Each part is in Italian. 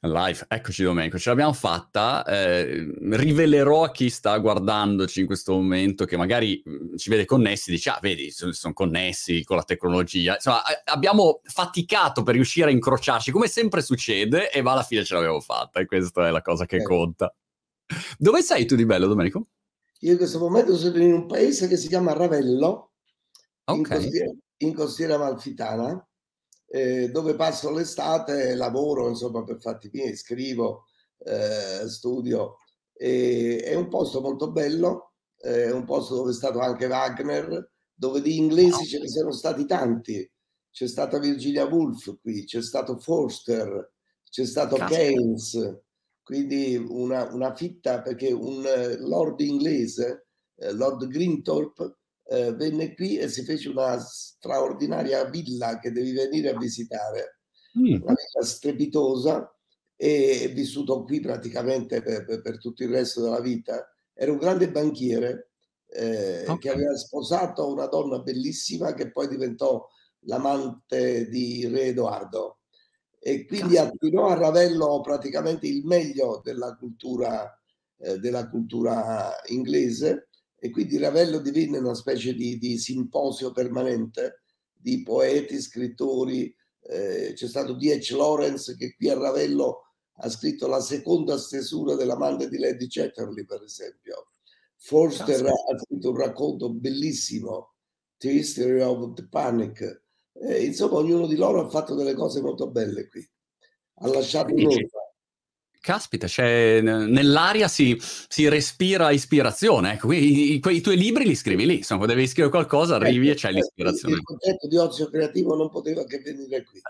Live, eccoci Domenico, ce l'abbiamo fatta. Rivelerò a chi sta guardandoci in questo momento, che magari ci vede connessi, dice, ah, vedi, sono connessi con la tecnologia. Insomma, abbiamo faticato per riuscire a incrociarci, come sempre succede, e ma alla fine ce l'abbiamo fatta, e questa è la cosa che conta. Dove sei tu di bello, Domenico? Io in questo momento sono in un paese che si chiama Ravello, in costiera amalfitana, dove passo l'estate, lavoro, insomma, per fatti miei, scrivo, studio. È un posto molto bello, è un posto dove è stato anche Wagner, dove di inglesi ce ne sono stati tanti. C'è stata Virginia Woolf qui, c'è stato Forster, c'è stato Keynes, quindi una fitta, perché un lord inglese, Lord Grinthorpe, venne qui e si fece una straordinaria villa che devi venire a visitare, una villa strepitosa, e è vissuto qui praticamente per tutto il resto della vita. Era un grande banchiere che aveva sposato una donna bellissima che poi diventò l'amante di Re Edoardo, e quindi attirò a Ravello praticamente il meglio della cultura inglese, e quindi Ravello divenne una specie di simposio permanente di poeti, scrittori. C'è stato D.H. Lawrence che qui a Ravello ha scritto la seconda stesura dell'amante di Lady Chatterley, per esempio. Forster ha scritto un racconto bellissimo, The History of the Panic. Insomma, ognuno di loro ha fatto delle cose molto belle qui. Ha lasciato un'ombra. Caspita, nell'aria si respira ispirazione. Ecco, i tuoi libri li scrivi lì, insomma, devi scrivere qualcosa, arrivi e c'è l'ispirazione. Il concetto di ozio creativo non poteva che venire qui.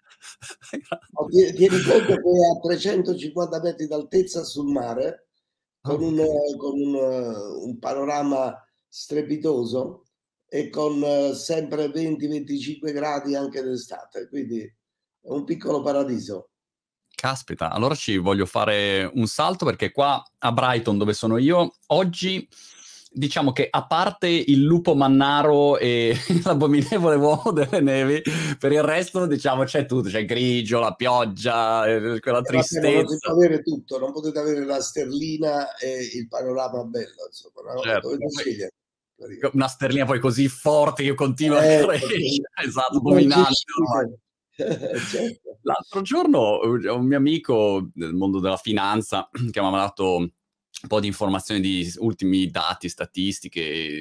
Tieni conto che è a 350 metri d'altezza sul mare, con un panorama strepitoso, e con sempre 20-25 gradi anche d'estate, quindi è un piccolo paradiso. Caspita, allora ci voglio fare un salto, perché qua a Brighton, dove sono io, oggi diciamo che a parte il lupo mannaro e l'abominevole uomo delle nevi, per il resto diciamo c'è tutto, c'è il grigio, la pioggia, quella tristezza. Non si può avere tutto, non potete avere la sterlina e il panorama bello, insomma, no? Certo. Dovete scegliere. Una sterlina poi così forte che continua a crescere, esatto, dominante. Certo. L'altro giorno un mio amico del mondo della finanza che mi ha dato un po' di informazioni di ultimi dati, statistiche,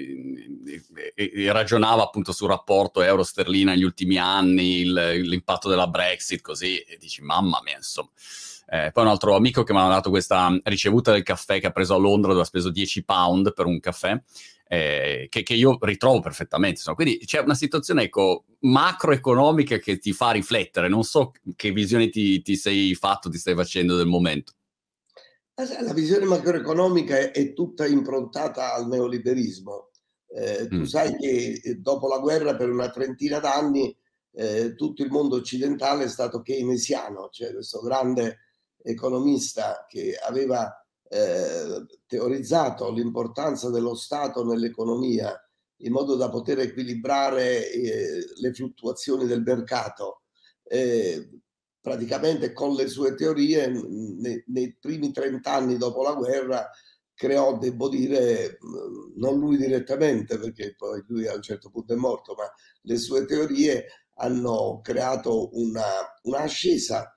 e ragionava appunto sul rapporto euro-sterlina negli ultimi anni, l'impatto della Brexit, così, e dici, mamma mia, insomma. Poi un altro amico che mi ha dato questa ricevuta del caffè che ha preso a Londra, dove ha speso 10 pound per un caffè, che io ritrovo perfettamente, insomma. Quindi c'è una situazione, ecco, macroeconomica che ti fa riflettere. Non so che visione ti sei fatto, ti stai facendo del momento. La visione macroeconomica è tutta improntata al neoliberismo. Tu sai che dopo la guerra, per una trentina d'anni, tutto il mondo occidentale è stato keynesiano, cioè questo grande economista che aveva teorizzato l'importanza dello Stato nell'economia in modo da poter equilibrare le fluttuazioni del mercato. Praticamente con le sue teorie nei primi 30 anni dopo la guerra creò, devo dire, non lui direttamente, perché poi lui a un certo punto è morto, ma le sue teorie hanno creato un'ascesa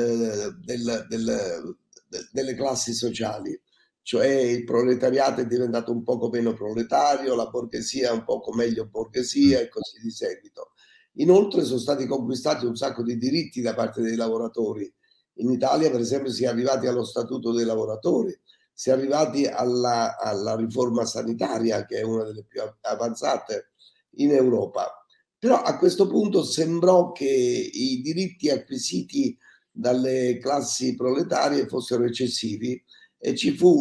delle classi sociali, cioè il proletariato è diventato un poco meno proletario, la borghesia un poco meglio borghesia, e così di seguito. Inoltre sono stati conquistati un sacco di diritti da parte dei lavoratori. In Italia, per esempio, si è arrivati allo Statuto dei lavoratori, si è arrivati alla riforma sanitaria, che è una delle più avanzate in Europa. Però a questo punto sembrò che i diritti acquisiti dalle classi proletarie fossero eccessivi, e ci fu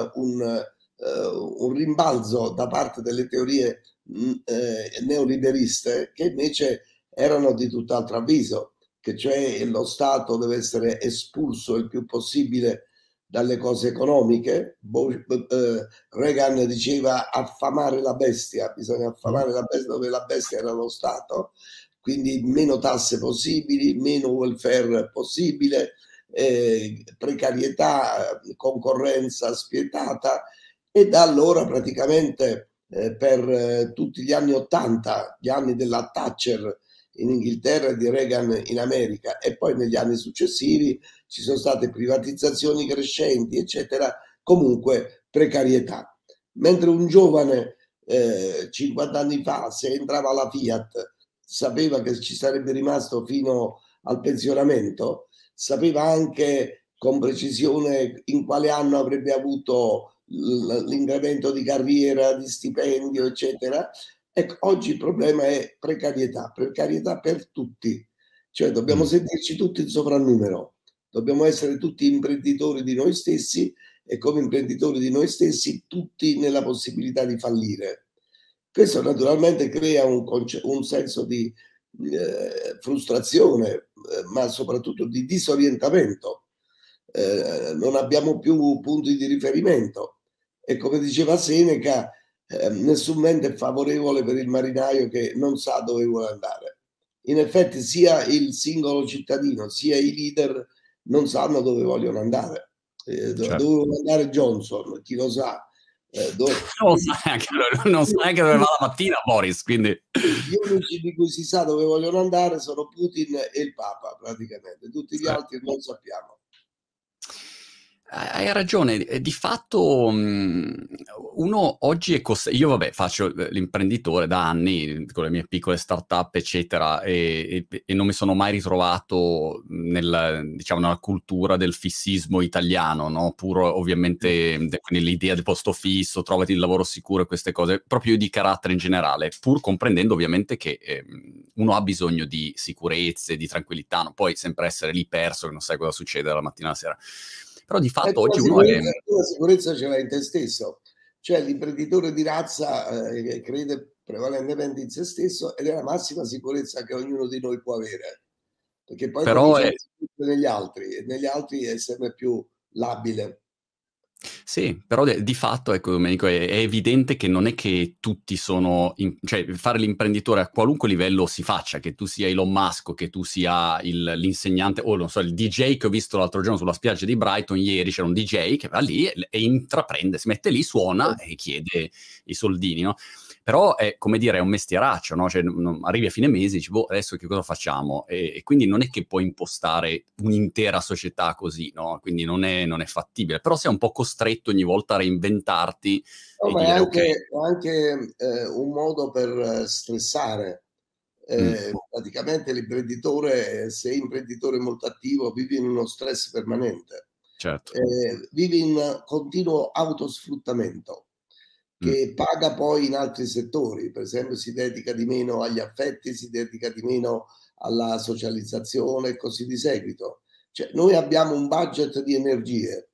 un rimbalzo da parte delle teorie neoliberiste, che invece erano di tutt'altro avviso, che cioè lo Stato deve essere espulso il più possibile dalle cose economiche. Reagan diceva affamare la bestia, bisogna affamare la bestia, dove la bestia era lo Stato, quindi meno tasse possibili, meno welfare possibile, precarietà, concorrenza spietata, e da allora praticamente per tutti gli anni '80, gli anni della Thatcher in Inghilterra e di Reagan in America, e poi negli anni successivi ci sono state privatizzazioni crescenti, eccetera, comunque precarietà. Mentre un giovane 50 anni fa, se entrava alla Fiat, sapeva che ci sarebbe rimasto fino al pensionamento, sapeva anche con precisione in quale anno avrebbe avuto l'incremento di carriera, di stipendio, eccetera. Ecco, oggi il problema è precarietà, precarietà per tutti, cioè dobbiamo sentirci tutti in sovrannumero, dobbiamo essere tutti imprenditori di noi stessi, e come imprenditori di noi stessi tutti nella possibilità di fallire. Questo naturalmente crea un senso di frustrazione, ma soprattutto di disorientamento. Non abbiamo più punti di riferimento, e come diceva Seneca, nessun mente è favorevole per il marinaio che non sa dove vuole andare. In effetti sia il singolo cittadino sia i leader non sanno dove vogliono andare. Dove vuole andare Johnson, chi lo sa? Non sa neanche dove va la mattina Boris, quindi gli unici di cui si sa dove vogliono andare sono Putin e il Papa, praticamente. Tutti gli altri non sappiamo. Hai ragione, di fatto uno oggi è io vabbè faccio l'imprenditore da anni con le mie piccole start-up eccetera, e non mi sono mai ritrovato diciamo, nella cultura del fissismo italiano, no? Puro ovviamente, quindi l'idea del posto fisso, trovati il lavoro sicuro e queste cose, proprio di carattere in generale, pur comprendendo ovviamente che uno ha bisogno di sicurezze, di tranquillità, non puoi sempre essere lì perso che non sai cosa succede dalla mattina alla sera. Però di fatto oggi uno è... La sicurezza ce l'hai in te stesso, cioè l'imprenditore di razza crede prevalentemente in se stesso, ed è la massima sicurezza che ognuno di noi può avere, perché poi comincia negli altri, e negli altri è sempre più labile. Sì, però di fatto, ecco Domenico, è evidente che non è che tutti sono, cioè fare l'imprenditore a qualunque livello si faccia, che tu sia Elon Musk, che tu sia l'insegnante, o non so, il DJ che ho visto l'altro giorno sulla spiaggia di Brighton, ieri c'era un DJ che va lì e intraprende, si mette lì, suona e chiede i soldini, no? Però è, come dire, è un mestieraccio, no? Cioè, arrivi a fine mese e dici, boh, adesso che cosa facciamo? E quindi non è che puoi impostare un'intera società così, no? Quindi non è fattibile. Però sei un po' costretto ogni volta a reinventarti no, e ma dire, è anche un modo per stressare. Praticamente l'imprenditore, se è imprenditore molto attivo, vive in uno stress permanente. Certo. Vive in continuo autosfruttamento, che paga poi in altri settori. Per esempio si dedica di meno agli affetti, si dedica di meno alla socializzazione e così di seguito. Cioè, noi abbiamo un budget di energie.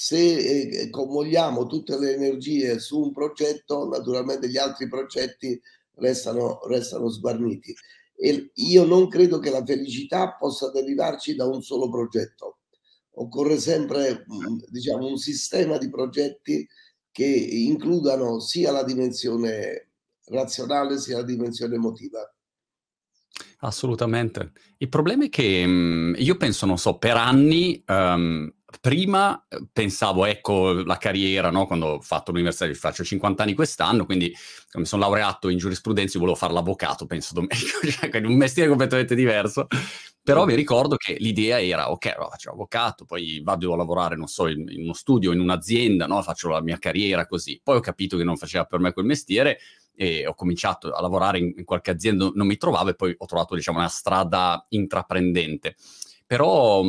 Se convogliamo tutte le energie su un progetto, naturalmente gli altri progetti restano sguarniti. E io non credo che la felicità possa derivarci da un solo progetto. Occorre sempre, diciamo, un sistema di progetti che includano sia la dimensione razionale sia la dimensione emotiva. Assolutamente. Il problema è che io penso, non so, per anni, prima pensavo, ecco, la carriera, no? Quando ho fatto l'università, faccio 50 anni quest'anno, quindi mi sono laureato in giurisprudenza, volevo fare l'avvocato, penso, Domenico, cioè, un mestiere completamente diverso. Però mi ricordo che l'idea era, ok, allora faccio avvocato, poi vado a lavorare, non so, in uno studio, in un'azienda, no? Faccio la mia carriera così. Poi ho capito che non faceva per me quel mestiere e ho cominciato a lavorare in qualche azienda, non mi trovavo, e poi ho trovato, diciamo, una strada intraprendente. Però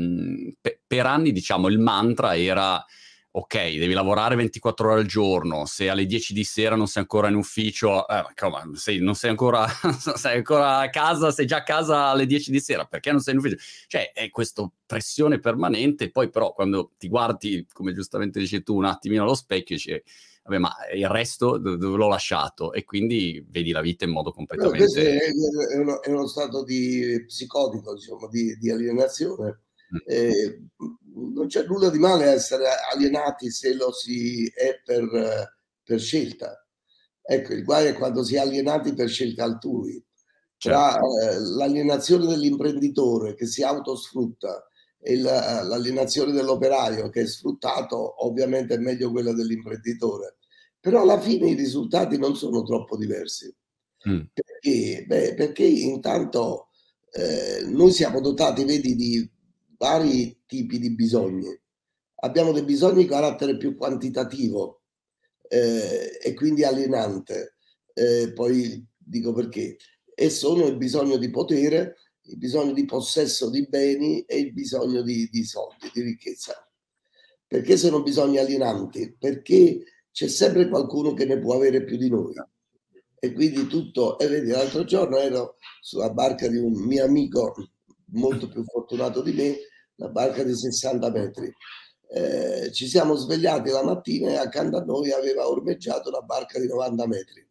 per anni, diciamo, il mantra era: ok, devi lavorare 24 ore al giorno, se alle 10 di sera non sei ancora in ufficio, non sei ancora, sei ancora a casa, sei già a casa alle 10 di sera, perché non sei in ufficio? Cioè, è questa pressione permanente. Poi però quando ti guardi, come giustamente dici tu, un attimino allo specchio, dici, vabbè, ma il resto dove l'ho lasciato? E quindi vedi la vita in modo completamente... Questo è uno stato psicotico, diciamo, di alienazione. Non c'è nulla di male a essere alienati se lo si è per scelta. Ecco, il guaio è quando si è alienati per scelta altrui. Tra l'alienazione dell'imprenditore che si autosfrutta e l'alienazione dell'operaio, che è sfruttato, ovviamente è meglio quella dell'imprenditore. Però alla fine i risultati non sono troppo diversi. Perché? Beh, perché intanto noi siamo dotati, vedi, di vari tipi di bisogni. Abbiamo dei bisogni di carattere più quantitativo e quindi alienante. Poi dico perché. E sono il bisogno di potere, il bisogno di possesso di beni e il bisogno di soldi, di ricchezza. Perché sono bisogni alienanti? Perché c'è sempre qualcuno che ne può avere più di noi. E quindi tutto, e vedi, l'altro giorno ero sulla barca di un mio amico molto più fortunato di me, una barca di 60 metri. Ci siamo svegliati la mattina e accanto a noi aveva ormeggiato una barca di 90 metri.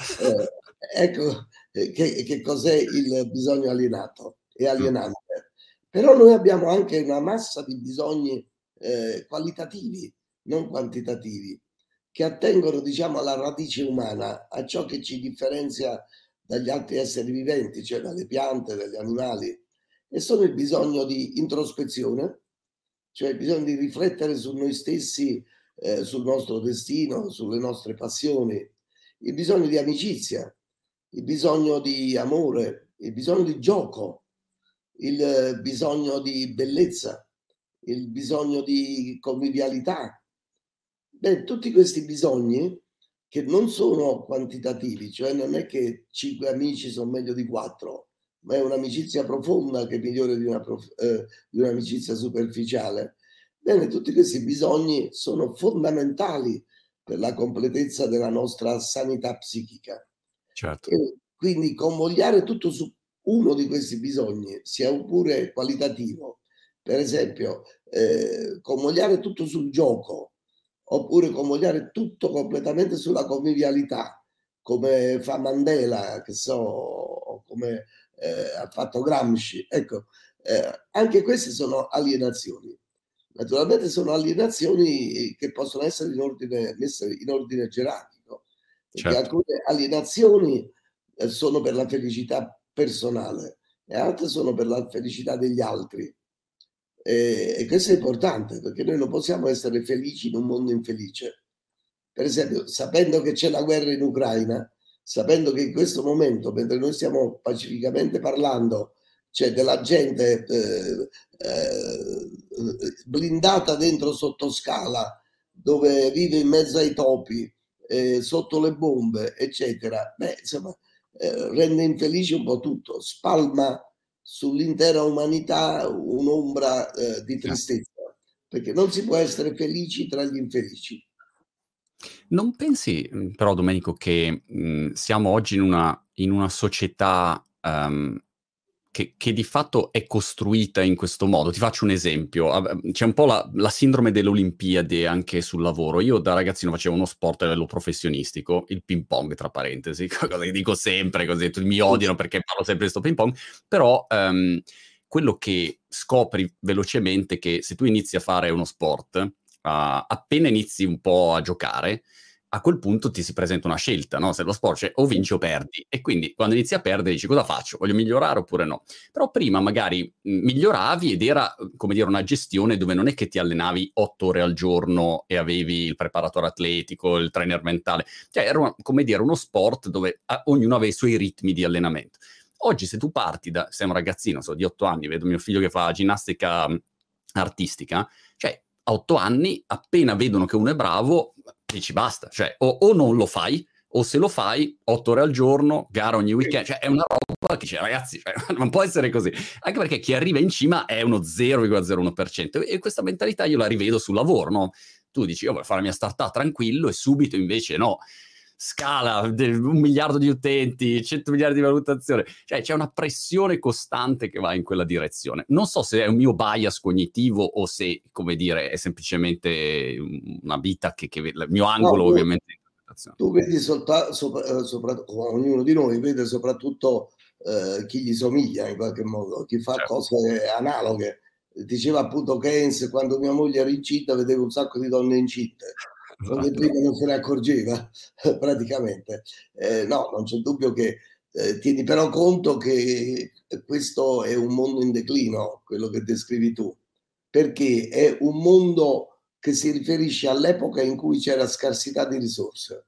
Ecco che cos'è il bisogno alienato e alienante. Però noi abbiamo anche una massa di bisogni qualitativi, non quantitativi, che attengono, diciamo, alla radice umana, a ciò che ci differenzia dagli altri esseri viventi, cioè dalle piante, dagli animali, e sono il bisogno di introspezione, cioè il bisogno di riflettere su noi stessi, sul nostro destino, sulle nostre passioni, il bisogno di amicizia, il bisogno di amore, il bisogno di gioco, il bisogno di bellezza, il bisogno di convivialità. Beh, tutti questi bisogni che non sono quantitativi, cioè non è che 5 amici sono meglio di 4, ma è un'amicizia profonda che è migliore di un'amicizia superficiale. Bene, tutti questi bisogni sono fondamentali per la completezza della nostra sanità psichica. Certo. E quindi convogliare tutto su uno di questi bisogni, sia pure qualitativo, per esempio, convogliare tutto sul gioco, oppure convogliare tutto completamente sulla convivialità, come fa Mandela, che so, o come ha fatto Gramsci. Ecco, anche queste sono alienazioni. Naturalmente sono alienazioni che possono essere messe in ordine gerarchico, perché Certo. alcune alienazioni sono per la felicità personale e altre sono per la felicità degli altri. E questo è importante, perché noi non possiamo essere felici in un mondo infelice. Per esempio, sapendo che c'è la guerra in Ucraina, sapendo che in questo momento, mentre noi stiamo pacificamente parlando, c'è della gente blindata dentro sottoscala, dove vive in mezzo ai topi, sotto le bombe, eccetera, beh, insomma, rende infelice un po' tutto, spalma sull'intera umanità un'ombra di tristezza, perché non si può essere felici tra gli infelici. Non pensi, però Domenico che, siamo oggi in una società, che di fatto è costruita in questo modo? Ti faccio un esempio: c'è un po' la sindrome delle Olimpiadi anche sul lavoro. Io da ragazzino facevo uno sport a livello professionistico, il ping pong tra parentesi, cosa che dico sempre così tutti mi odiano perché parlo sempre di 'sto ping pong, però, quello che scopri velocemente è che se tu inizi a fare uno sport, appena inizi un po' a giocare, a quel punto ti si presenta una scelta, no, se lo sport c'è o vinci o perdi e quindi quando inizi a perdere dici: "Cosa faccio? Voglio migliorare oppure no?" Però prima magari, miglioravi ed era, come dire, una gestione dove non è che ti allenavi 8 ore al giorno e avevi il preparatore atletico, il trainer mentale, cioè era una come dire, uno sport dove ognuno aveva i suoi ritmi di allenamento. Oggi se tu parti da sei un ragazzino, so di 8 anni, vedo mio figlio che fa ginnastica artistica, cioè a 8 anni appena vedono che uno è bravo dici basta, cioè o non lo fai, o se lo fai 8 ore al giorno, gara ogni weekend, cioè è una roba che dice ragazzi, cioè, non può essere così, anche perché chi arriva in cima è uno 0,01% e questa mentalità io la rivedo sul lavoro, no? Tu dici io voglio fare la mia startup tranquillo e subito invece no, scala, 1 miliardo di utenti, 100 miliardi di valutazione, cioè c'è una pressione costante che va in quella direzione. Non so se è un mio bias cognitivo o se, come dire, è semplicemente una vita che il mio No, angolo ovviamente di interpretazione. tu vedi ognuno di noi vede soprattutto chi gli somiglia in qualche modo, chi fa Certo. cose analoghe. Diceva appunto Keynes, quando mia moglie era incinta vedevo un sacco di donne incinte, quando Esatto. prima non se ne accorgeva praticamente. No, non c'è dubbio che tieni però conto che questo è un mondo in declino, quello che descrivi tu. perché è un mondo che si riferisce all'epoca in cui c'era scarsità di risorse.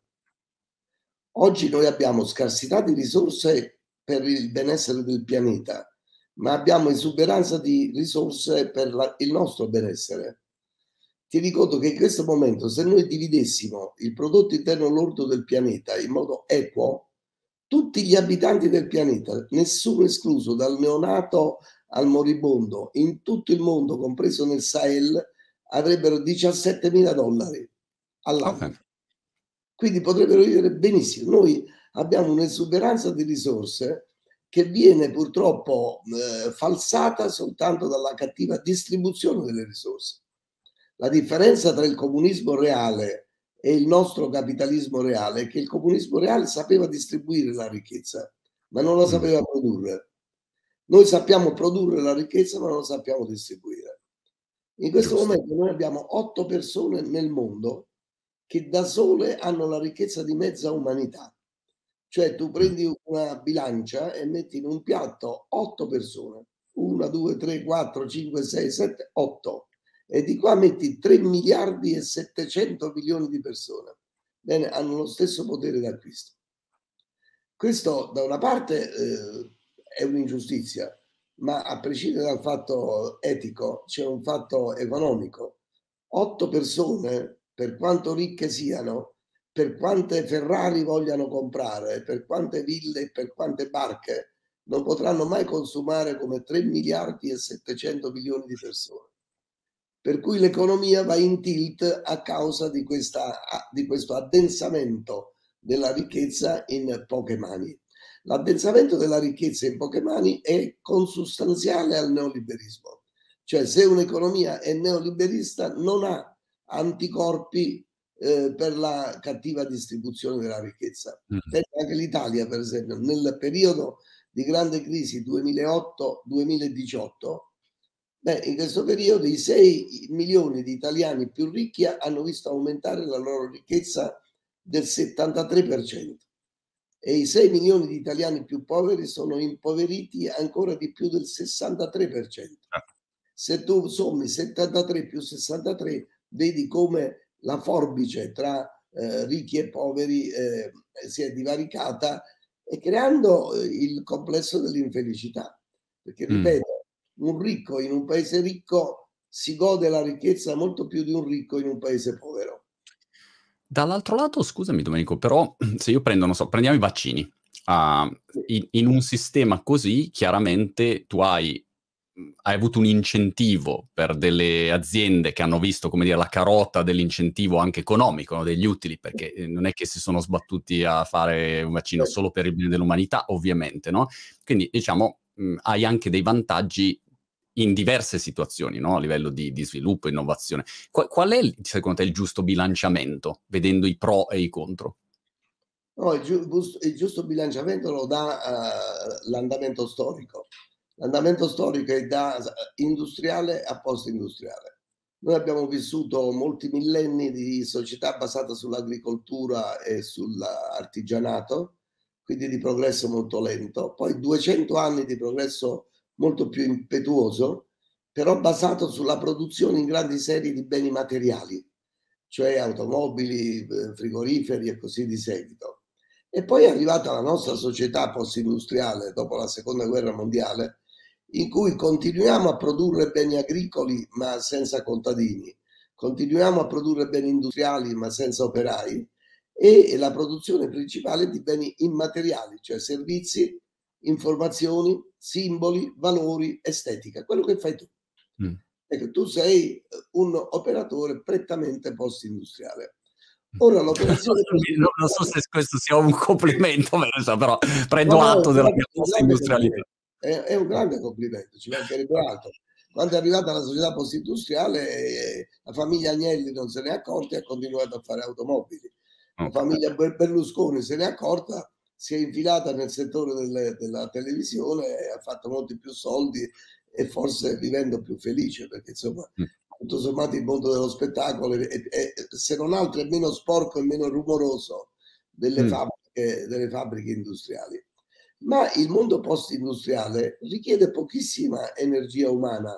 Oggi noi abbiamo scarsità di risorse per il benessere del pianeta, ma abbiamo esuberanza di risorse per il nostro benessere. Ti ricordo che in questo momento, se noi dividessimo il prodotto interno lordo del pianeta in modo equo, tutti gli abitanti del pianeta, nessuno escluso, dal neonato al moribondo, in tutto il mondo, compreso nel Sahel, avrebbero $17.000 all'anno. Okay. Quindi potrebbero vivere benissimo. Noi abbiamo un'esuberanza di risorse che viene purtroppo falsata soltanto dalla cattiva distribuzione delle risorse. La differenza tra il comunismo reale e il nostro capitalismo reale è che il comunismo reale sapeva distribuire la ricchezza, ma non la sapeva produrre. Noi sappiamo produrre la ricchezza, ma non la sappiamo distribuire. In questo momento noi abbiamo 8 persone nel mondo che da sole hanno la ricchezza di mezza umanità. Cioè tu prendi una bilancia e metti in un piatto 8 persone, 1, 2, 3, 4, 5, 6, 7, 8. E di qua metti 3 miliardi e 700 milioni di persone. Bene, hanno lo stesso potere d'acquisto. Questo da una parte è un'ingiustizia, ma a prescindere dal fatto etico c'è un fatto economico. 8 persone, per quanto ricche siano, per quante Ferrari vogliano comprare, per quante ville, per quante barche, non potranno mai consumare come 3 miliardi e 700 milioni di persone. Per cui l'economia va in tilt a causa di questo addensamento della ricchezza in poche mani. L'addensamento della ricchezza in poche mani è consustanziale al neoliberismo. Cioè, se un'economia è neoliberista non ha anticorpi per la cattiva distribuzione della ricchezza. Anche l'Italia, per esempio, nel periodo di grande crisi 2008-2018, in questo periodo i 6 milioni di italiani più ricchi hanno visto aumentare la loro ricchezza del 73% e i 6 milioni di italiani più poveri sono impoveriti ancora di più del 63%. Se tu sommi 73 più 63, vedi come la forbice tra ricchi e poveri si è divaricata e creando il complesso dell'infelicità. Perché, ripeto, un ricco in un paese ricco si gode la ricchezza molto più di un ricco in un paese povero. Dall'altro lato, scusami Domenico, però se io prendo, non so, prendiamo i vaccini. In un sistema così, chiaramente tu hai avuto un incentivo per delle aziende che hanno visto, come dire, la carota dell'incentivo anche economico, no? Degli utili, perché non è che si sono sbattuti a fare un vaccino solo per il bene dell'umanità, ovviamente, no? Quindi, diciamo, hai anche dei vantaggi in diverse situazioni, no? A livello di sviluppo, innovazione. Qual è, secondo te, il giusto bilanciamento, vedendo i pro e i contro? No, il giusto bilanciamento lo dà l'andamento storico. L'andamento storico è da industriale a post-industriale. Noi abbiamo vissuto molti millenni di società basata sull'agricoltura e sull'artigianato, quindi di progresso molto lento, poi 200 anni di progresso molto più impetuoso, però basato sulla produzione in grandi serie di beni materiali, cioè automobili, frigoriferi e così di seguito. E poi è arrivata la nostra società post-industriale dopo la seconda guerra mondiale, in cui continuiamo a produrre beni agricoli ma senza contadini, continuiamo a produrre beni industriali ma senza operai, e la produzione principale di beni immateriali, cioè servizi, informazioni, simboli, valori, estetica, quello che fai tu. Ecco, tu sei un operatore prettamente post-industriale. Ora l'operazione non so se questo sia un complimento, però prendo atto della mia post-industrialità. È un grande complimento, ci mancherebbe altro. Quando è arrivata la società post-industriale, la famiglia Agnelli non se ne è accorta e ha continuato a fare automobili. La famiglia Berlusconi se ne è accorta, si è infilata nel settore della televisione e ha fatto molti più soldi e forse vivendo più felice, perché insomma tutto sommato il mondo dello spettacolo è, se non altro è meno sporco e meno rumoroso delle fabbriche industriali. Ma il mondo post-industriale richiede pochissima energia umana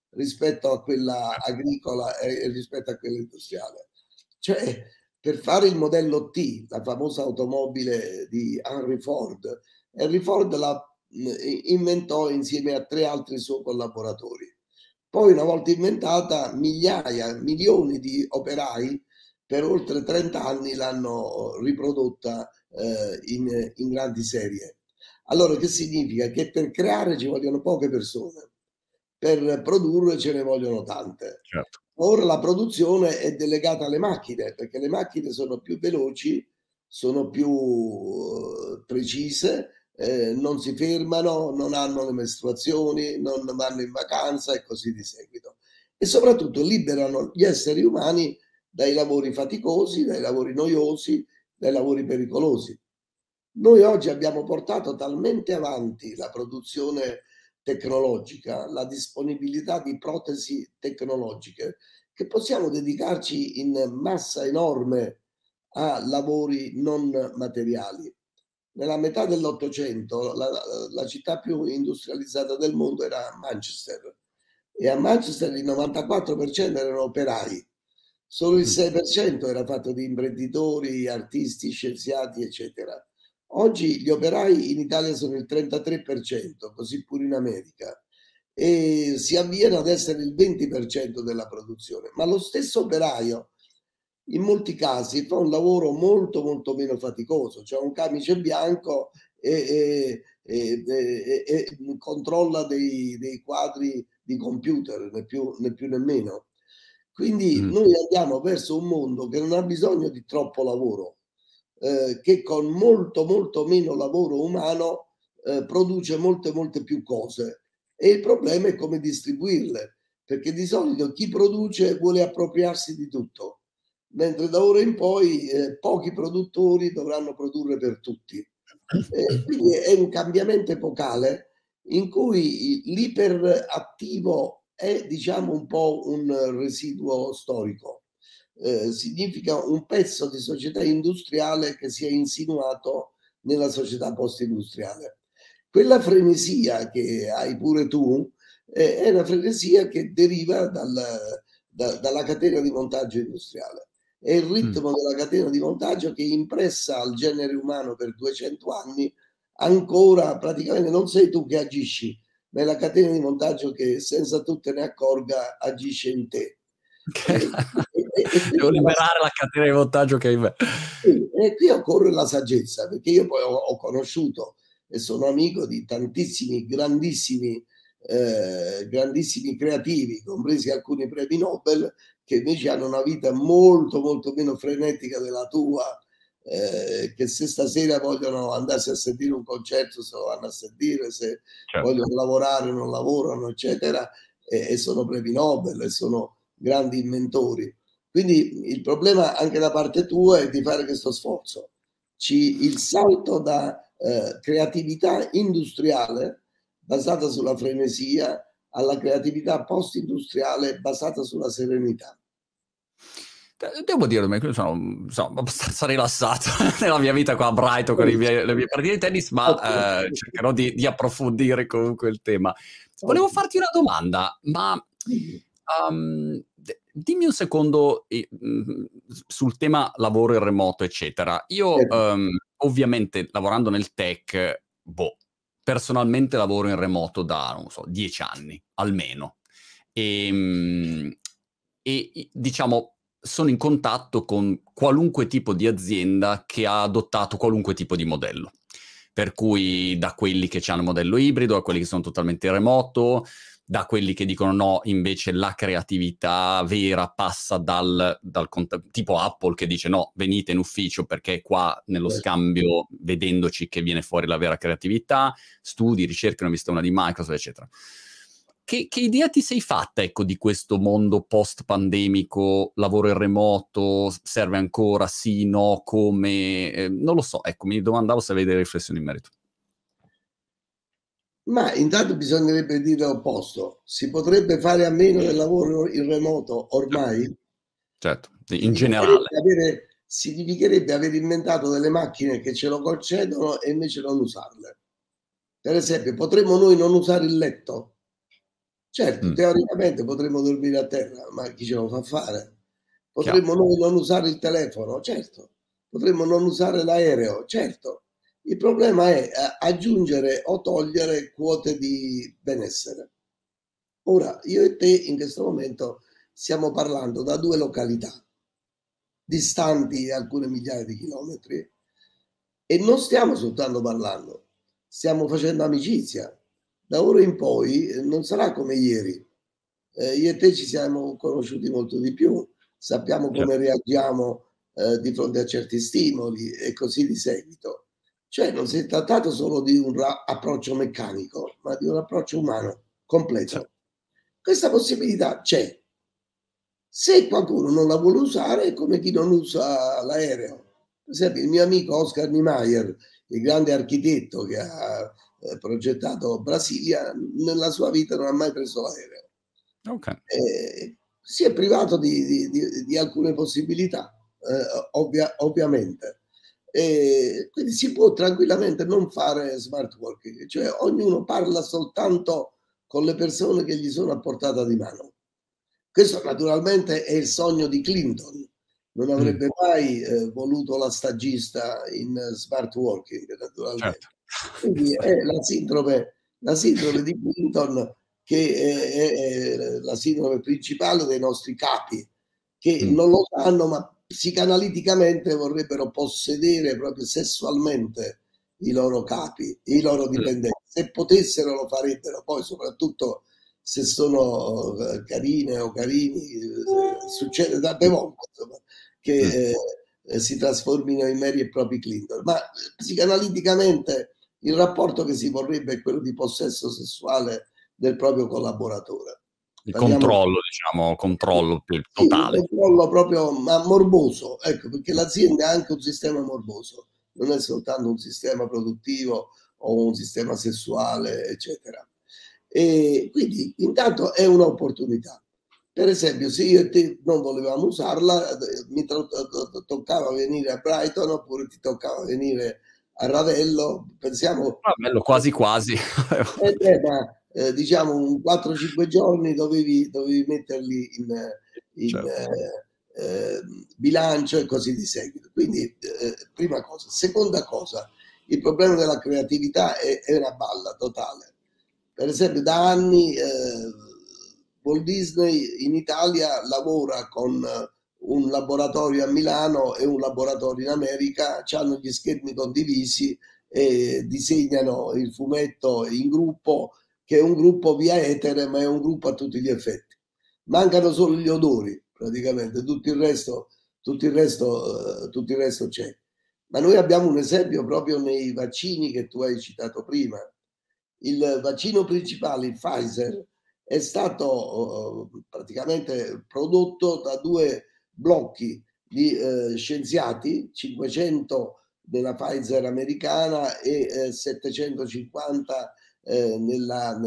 rispetto a quella agricola e rispetto a quella industriale. Cioè, per fare il modello T, la famosa automobile di Henry Ford la inventò insieme a 3 altri suoi collaboratori. Poi, una volta inventata, migliaia, milioni di operai per oltre 30 anni l'hanno riprodotta in grandi serie. Allora, che significa? Che per creare ci vogliono poche persone, per produrre ce ne vogliono tante. Certo. Ora la produzione è delegata alle macchine, perché le macchine sono più veloci, sono più precise, non si fermano, non hanno le mestruazioni, non vanno in vacanza e così di seguito. E soprattutto liberano gli esseri umani dai lavori faticosi, dai lavori noiosi, dai lavori pericolosi. Noi oggi abbiamo portato talmente avanti la produzione tecnologica, la disponibilità di protesi tecnologiche, che possiamo dedicarci in massa enorme a lavori non materiali. Nella metà dell'Ottocento la città più industrializzata del mondo era Manchester, e a Manchester il 94% erano operai, solo il 6% era fatto di imprenditori, artisti, scienziati, eccetera. Oggi gli operai in Italia sono il 33%, così pure in America, e si avviano ad essere il 20% della produzione, ma lo stesso operaio in molti casi fa un lavoro molto molto meno faticoso, cioè un camice bianco e controlla dei quadri di computer, né più né meno. Quindi noi andiamo verso un mondo che non ha bisogno di troppo lavoro, che con molto molto meno lavoro umano produce molte più cose, e il problema è come distribuirle, perché di solito chi produce vuole appropriarsi di tutto, mentre da ora in poi pochi produttori dovranno produrre per tutti. Quindi è un cambiamento epocale in cui l'iperattivo è, diciamo, un po' un residuo storico. Significa un pezzo di società industriale che si è insinuato nella società post-industriale. Quella frenesia che hai pure tu è una frenesia che deriva dalla catena di montaggio industriale. È il ritmo della catena di montaggio che impressa al genere umano per 200 anni, ancora praticamente non sei tu che agisci, ma è la catena di montaggio che senza tu te ne accorga agisce in te. Devo liberare la catena di montaggio che hai in me. E qui occorre la saggezza, perché io poi ho conosciuto e sono amico di tantissimi grandissimi creativi, compresi alcuni premi Nobel, che invece hanno una vita molto molto meno frenetica della tua, che se stasera vogliono andarsi a sentire un concerto se lo vanno a sentire, se vogliono lavorare non lavorano, eccetera, e sono premi Nobel e sono grandi inventori. Quindi il problema anche da parte tua è di fare questo sforzo. Il salto da creatività industriale basata sulla frenesia alla creatività post-industriale basata sulla serenità. Devo dire che sono abbastanza rilassato nella mia vita qua a Brighton con le mie partite di tennis, ma cercherò di approfondire comunque il tema. Volevo farti una domanda, ma dimmi un secondo sul tema lavoro in remoto, eccetera. Io ovviamente lavorando nel tech, personalmente lavoro in remoto da, non so, 10 anni, almeno. E diciamo sono in contatto con qualunque tipo di azienda che ha adottato qualunque tipo di modello. Per cui da quelli che hanno il modello ibrido, a quelli che sono totalmente remoto, da quelli che dicono no, invece la creatività vera passa dal tipo Apple che dice no, venite in ufficio perché è qua nello scambio, vedendoci, che viene fuori la vera creatività, studi, ricerche, ne ho vista una di Microsoft, eccetera. Che idea ti sei fatta, ecco, di questo mondo post-pandemico, lavoro in remoto, serve ancora, sì, no, come? Non lo so, ecco, mi domandavo se avevi delle riflessioni in merito. Ma intanto bisognerebbe dire l'opposto. Si potrebbe fare a meno del lavoro in remoto ormai? Certo, in generale. Significherebbe aver inventato delle macchine che ce lo concedono e invece non usarle. Per esempio, potremmo noi non usare il letto? Certo, teoricamente potremmo dormire a terra, ma chi ce lo fa fare? Chiaro. Potremmo noi non usare il telefono? Certo. Potremmo non usare l'aereo? Certo. Il problema è aggiungere o togliere quote di benessere. Ora, io e te in questo momento stiamo parlando da 2 località distanti alcune migliaia di chilometri e non stiamo soltanto parlando, stiamo facendo amicizia. Da ora in poi non sarà come ieri. Io e te ci siamo conosciuti molto di più, sappiamo come reagiamo di fronte a certi stimoli e così di seguito. Cioè non si è trattato solo di un approccio meccanico, ma di un approccio umano completo. Certo. Questa possibilità c'è. Se qualcuno non la vuole usare è come chi non usa l'aereo. Per esempio il mio amico Oscar Niemeyer, il grande architetto che ha progettato Brasilia, nella sua vita non ha mai preso l'aereo. Okay. Si è privato di alcune possibilità, ovviamente. Quindi si può tranquillamente non fare smart working, cioè ognuno parla soltanto con le persone che gli sono a portata di mano. Questo naturalmente è il sogno di Clinton, non avrebbe mai voluto la stagista in smart working, naturalmente. Certo. Quindi è la sindrome di Clinton che è la sindrome principale dei nostri capi, che non lo sanno, ma psicanaliticamente vorrebbero possedere proprio sessualmente i loro capi, i loro dipendenti. Se potessero lo farebbero, poi soprattutto se sono carine o carini, succede tante volte insomma, che si trasformino in veri e propri Clinton, ma psicanaliticamente il rapporto che si vorrebbe è quello di possesso sessuale del proprio collaboratore. Il Parliamo controllo, diciamo, controllo più sì, un totale. controllo proprio, ma morboso, ecco, perché l'azienda è anche un sistema morboso, non è soltanto un sistema produttivo o un sistema sessuale, eccetera. E quindi intanto è un'opportunità. Per esempio, se io e te non volevamo usarla, mi toccava venire a Brighton oppure ti toccava venire a Ravello, pensiamo... Bello, quasi quasi. ma diciamo un 4-5 giorni dovevi metterli in Certo. bilancio e così di seguito. Quindi prima cosa. Seconda cosa, il problema della creatività è una balla totale. Per esempio da anni Walt Disney in Italia lavora con un laboratorio a Milano e un laboratorio in America, hanno gli schermi condivisi e disegnano il fumetto in gruppo, che è un gruppo via etere, ma è un gruppo a tutti gli effetti. Mancano solo gli odori, praticamente, tutto il resto c'è. Ma noi abbiamo un esempio proprio nei vaccini che tu hai citato prima. Il vaccino principale, il Pfizer, è stato praticamente prodotto da 2 blocchi di scienziati, 500 della Pfizer americana e 750 nella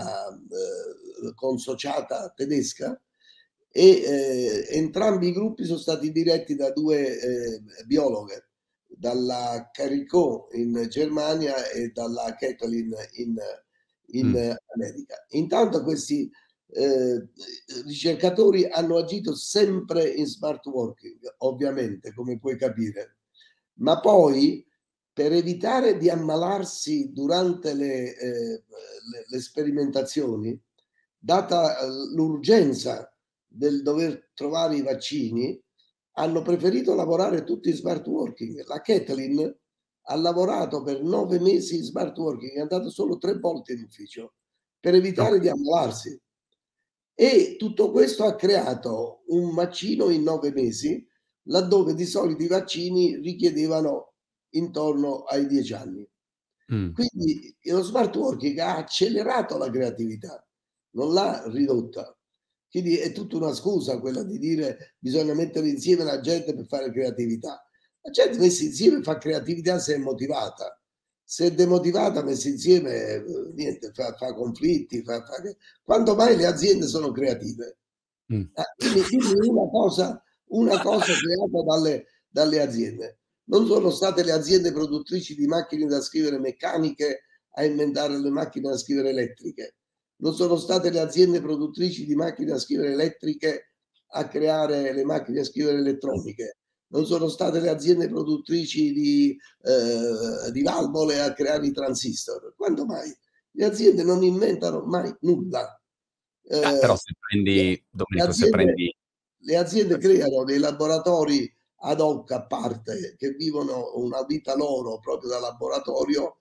consociata tedesca, e entrambi i gruppi sono stati diretti da 2 biologhe, dalla Caricot in Germania e dalla Kathleen in America. Intanto questi ricercatori hanno agito sempre in smart working, ovviamente, come puoi capire, ma poi per evitare di ammalarsi durante le sperimentazioni, data l'urgenza del dover trovare i vaccini, hanno preferito lavorare tutti in smart working. La Kathleen ha lavorato per 9 mesi in smart working, è andato solo 3 volte in ufficio per evitare di ammalarsi. E tutto questo ha creato un vaccino in 9 mesi, laddove di solito i vaccini richiedevano intorno ai 10 anni. Quindi lo smart working ha accelerato la creatività, non l'ha ridotta. Quindi è tutta una scusa quella di dire bisogna mettere insieme la gente per fare creatività. La gente messa insieme fa creatività se è motivata. Se è demotivata, messa insieme, niente, fa conflitti. Quando mai le aziende sono creative? Dimmi una cosa creata dalle aziende. Non sono state le aziende produttrici di macchine da scrivere meccaniche a inventare le macchine da scrivere elettriche. non sono state le aziende produttrici di macchine da scrivere elettriche a creare le macchine da scrivere elettroniche, non sono state le aziende produttrici di valvole a creare i transistor. Quando mai? Le aziende non inventano mai nulla. Però se prendi, Domenico, le aziende creano dei laboratori ad hoc a parte che vivono una vita loro proprio da laboratorio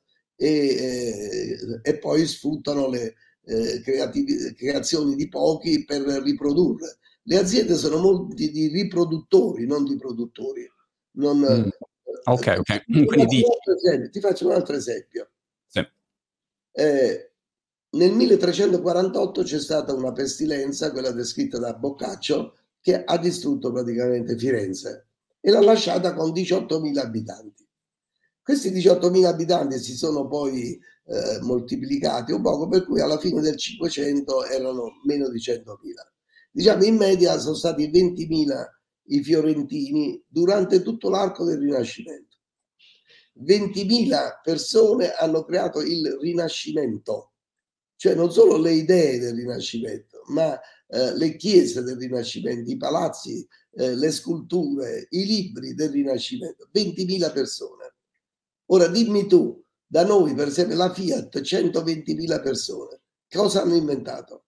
e poi sfruttano le creazioni di pochi per riprodurre. Le aziende sono molti di riproduttori, non di produttori. Ok. Quindi ti faccio un altro esempio. Sì. Nel 1348 c'è stata una pestilenza, quella descritta da Boccaccio, che ha distrutto praticamente Firenze e l'ha lasciata con 18.000 abitanti. Questi 18.000 abitanti si sono poi moltiplicati un poco, per cui alla fine del 500 erano meno di 100.000. Diciamo in media sono stati 20.000 i fiorentini durante tutto l'arco del Rinascimento. 20.000 persone hanno creato il Rinascimento, cioè non solo le idee del Rinascimento, ma le chiese del Rinascimento, i palazzi, le sculture, i libri del Rinascimento, 20.000 persone. Ora dimmi tu, da noi per esempio la Fiat, 120.000 persone, cosa hanno inventato?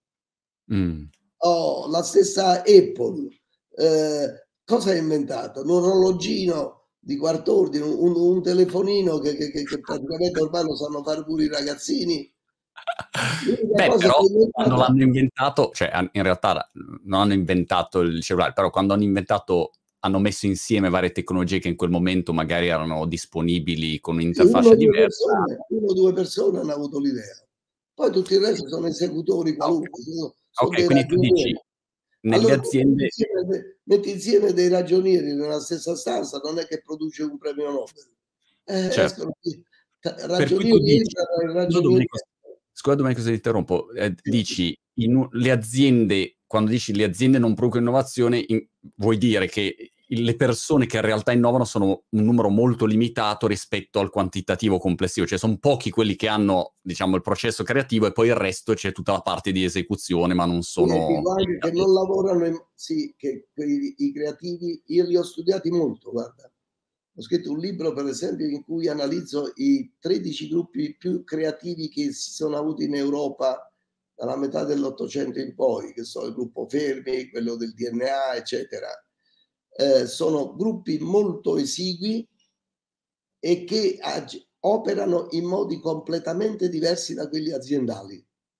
La stessa Apple, cosa ha inventato? Un orologino di quarto ordine, un telefonino che praticamente ormai lo sanno fare pure i ragazzini. Però quando l'hanno inventato, cioè in realtà non hanno inventato il cellulare, però quando hanno messo insieme varie tecnologie che in quel momento magari erano disponibili con un'interfaccia diversa. Uno o due persone hanno avuto l'idea, poi tutto il resto sono esecutori qualunque. Ok, quindi tu dici nelle aziende... Metti insieme dei ragionieri nella stessa stanza, non è che produce un premio Nobel. Certo. Ragionieri entrano, ragionieri... Scusa Domenico se ti interrompo, dici le aziende, quando dici le aziende non producono innovazione, vuoi dire che le persone che in realtà innovano sono un numero molto limitato rispetto al quantitativo complessivo, cioè sono pochi quelli che hanno, diciamo, il processo creativo e poi il resto c'è tutta la parte di esecuzione, ma non sono... che non lavorano, che i creativi, io li ho studiati molto, guarda. Ho scritto un libro, per esempio, in cui analizzo i 13 gruppi più creativi che si sono avuti in Europa dalla metà dell'Ottocento in poi, che sono il gruppo Fermi, quello del DNA, eccetera. Sono gruppi molto esigui e che operano in modi completamente diversi da quelli aziendali.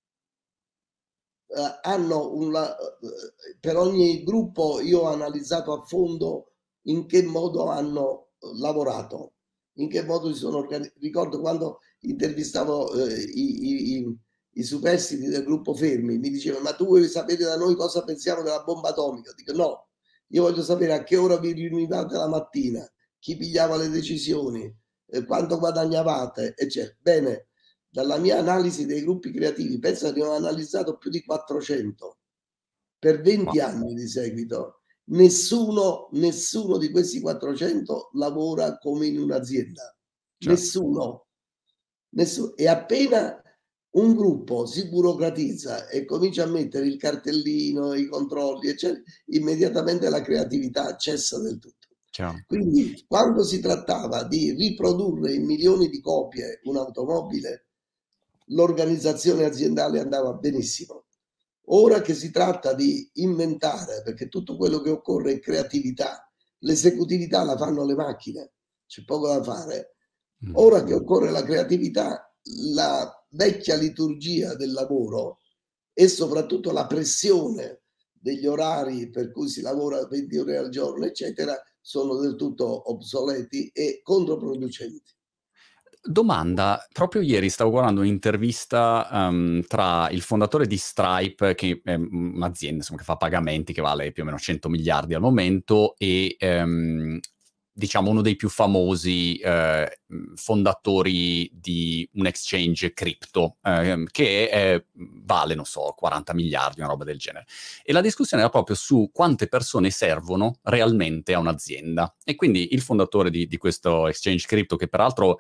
Per ogni gruppo io ho analizzato a fondo in che modo hanno lavorato, in che modo si sono organizzati. Ricordo quando intervistavo i superstiti del gruppo Fermi, mi dicevano: ma tu vuoi sapere da noi cosa pensiamo della bomba atomica? Dico no, io voglio sapere a che ora vi riunivate la mattina, chi pigliava le decisioni, quanto guadagnavate, eccetera. Bene, dalla mia analisi dei gruppi creativi, penso che ne ho analizzato più di 400 per 20 anni di seguito. Nessuno di questi 400 lavora come in un'azienda. Certo. Nessuno. E appena un gruppo si burocratizza e comincia a mettere il cartellino, i controlli, eccetera, immediatamente la creatività cessa del tutto. Ciao. Quindi quando si trattava di riprodurre in milioni di copie un'automobile, l'organizzazione aziendale andava benissimo. Ora che si tratta di inventare, perché tutto quello che occorre è creatività, l'esecutività la fanno le macchine, c'è poco da fare. Ora che occorre la creatività, la vecchia liturgia del lavoro e soprattutto la pressione degli orari per cui si lavora 20 ore al giorno, eccetera, sono del tutto obsoleti e controproducenti. Domanda, proprio ieri stavo guardando un'intervista tra il fondatore di Stripe, che è un'azienda insomma, che fa pagamenti, che vale più o meno 100 miliardi al momento, e diciamo uno dei più famosi fondatori di un exchange cripto, che vale, non so, 40 miliardi, una roba del genere. E la discussione era proprio su quante persone servono realmente a un'azienda. E quindi il fondatore di questo exchange cripto, che peraltro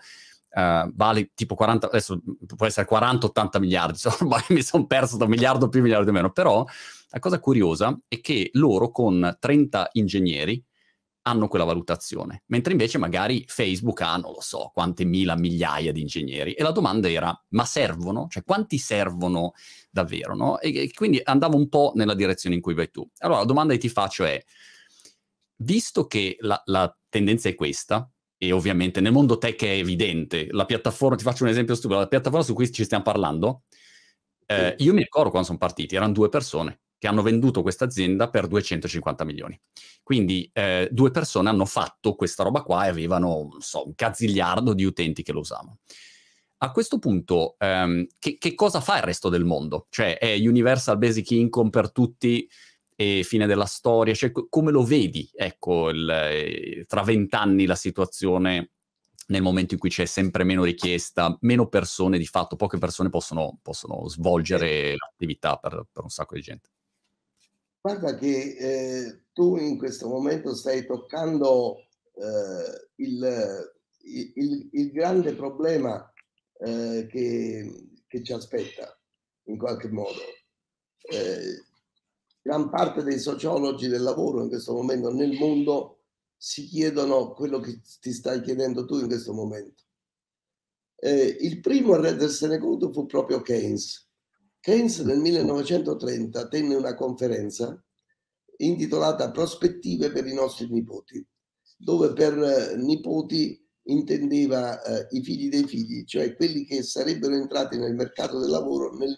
vale tipo 40, adesso può essere 40-80 miliardi, ormai mi sono perso da un miliardo più, un miliardo meno, però la cosa curiosa è che loro con 30 ingegneri hanno quella valutazione, mentre invece magari Facebook ha, non lo so, quante migliaia di ingegneri. E la domanda era, ma servono? Cioè, quanti servono davvero, no? E quindi andavo un po' nella direzione in cui vai tu. Allora, la domanda che ti faccio è, visto che la tendenza è questa, e ovviamente nel mondo tech è evidente, la piattaforma, ti faccio un esempio stupido, la piattaforma su cui ci stiamo parlando, io mi ricordo quando sono partiti, erano 2 persone che hanno venduto questa azienda per 250 milioni. Quindi 2 persone hanno fatto questa roba qua e avevano, non so, un cazzigliardo di utenti che lo usavano. A questo punto, che cosa fa il resto del mondo? Cioè, è Universal Basic Income per tutti e fine della storia? Cioè, come lo vedi, ecco, tra 20 anni la situazione nel momento in cui c'è sempre meno richiesta, meno persone, di fatto, poche persone possono svolgere l'attività per un sacco di gente. Guarda che tu in questo momento stai toccando il grande problema che ci aspetta, in qualche modo. Gran parte dei sociologi del lavoro in questo momento nel mondo si chiedono quello che ti stai chiedendo tu in questo momento. Il primo a rendersene conto fu proprio Keynes. Keynes nel 1930 tenne una conferenza intitolata Prospettive per i nostri nipoti, dove per nipoti intendeva i figli dei figli, cioè quelli che sarebbero entrati nel mercato del lavoro nel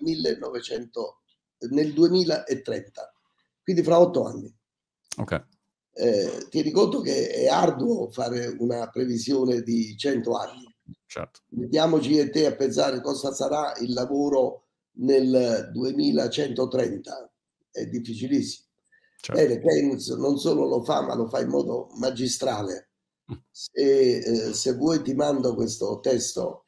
2030, quindi fra 8 anni. Ok. Tieni conto che è arduo fare una previsione di 100 anni. Certo. Mettiamoci e te a pensare cosa sarà il lavoro nel 2130, è difficilissimo. Certo. Bene, Keynes non solo lo fa, ma lo fa in modo magistrale. Se vuoi ti mando questo testo